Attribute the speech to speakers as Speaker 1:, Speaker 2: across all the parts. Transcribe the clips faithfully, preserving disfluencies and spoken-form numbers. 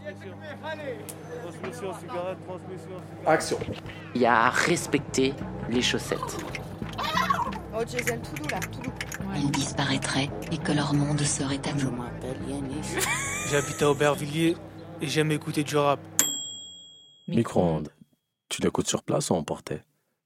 Speaker 1: Action.
Speaker 2: Il y a à respecter les chaussettes.
Speaker 3: Oh Jason, tout doux là, tout doux.
Speaker 4: Ouais. Ils disparaîtraient et que leur monde serait à nous.
Speaker 5: Je m'appelle Yannick.
Speaker 6: J'habite à Aubervilliers et j'aime écouter du rap.
Speaker 1: Micro-ondes. Tu l'écoutes sur place ou emporté?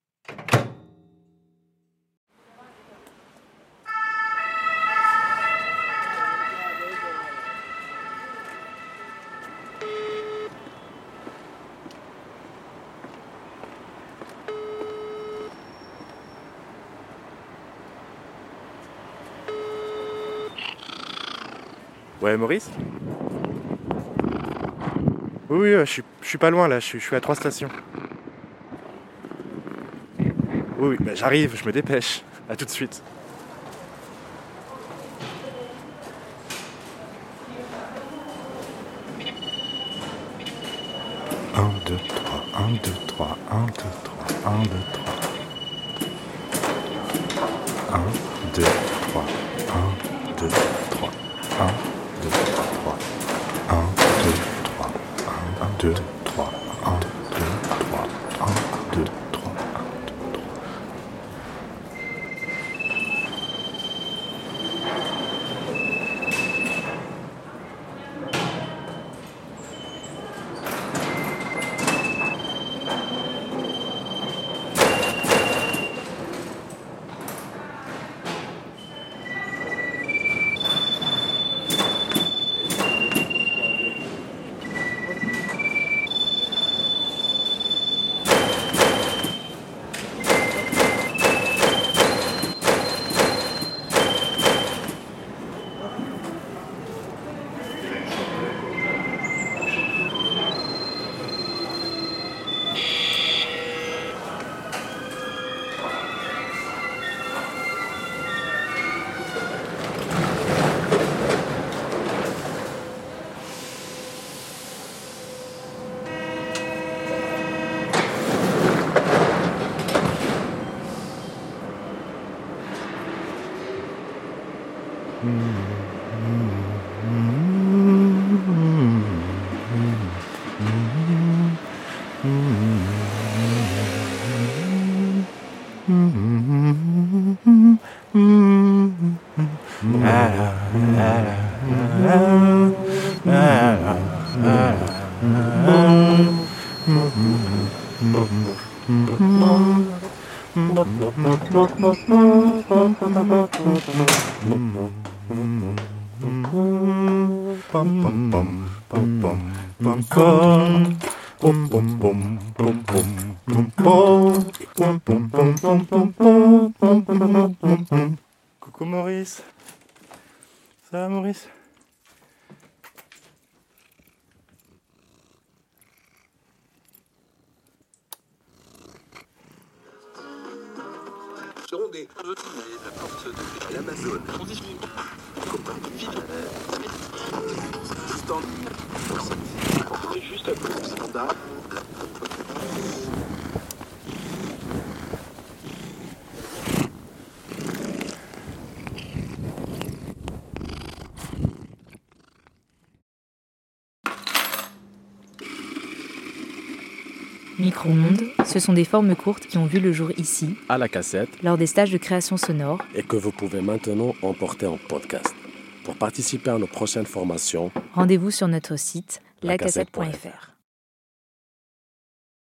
Speaker 7: Ouais, Maurice? Oui, oui, je suis, je suis pas loin là, je suis, je suis à trois stations. Oui, oui, bah, j'arrive, je me dépêche. À tout de suite.
Speaker 8: un, deux, trois, un, deux, trois, un, deux, trois, un, deux, trois. un, deux, trois, un, deux, trois, un, deux, trois, un, deux, trois, un, deux, trois, un, deux, trois, un, deux, trois, un, deux, trois.
Speaker 7: Coucou Maurice. Ça va Maurice?
Speaker 9: Seront des la porte de l'Amazon. Juste à côté standard.
Speaker 10: Micro-ondes, ce sont des formes courtes qui ont vu le jour ici,
Speaker 1: à la cassette,
Speaker 10: lors des stages de création sonore,
Speaker 1: et que vous pouvez maintenant emporter en podcast. Pour participer à nos prochaines formations,
Speaker 10: rendez-vous sur notre site la cassette point f r.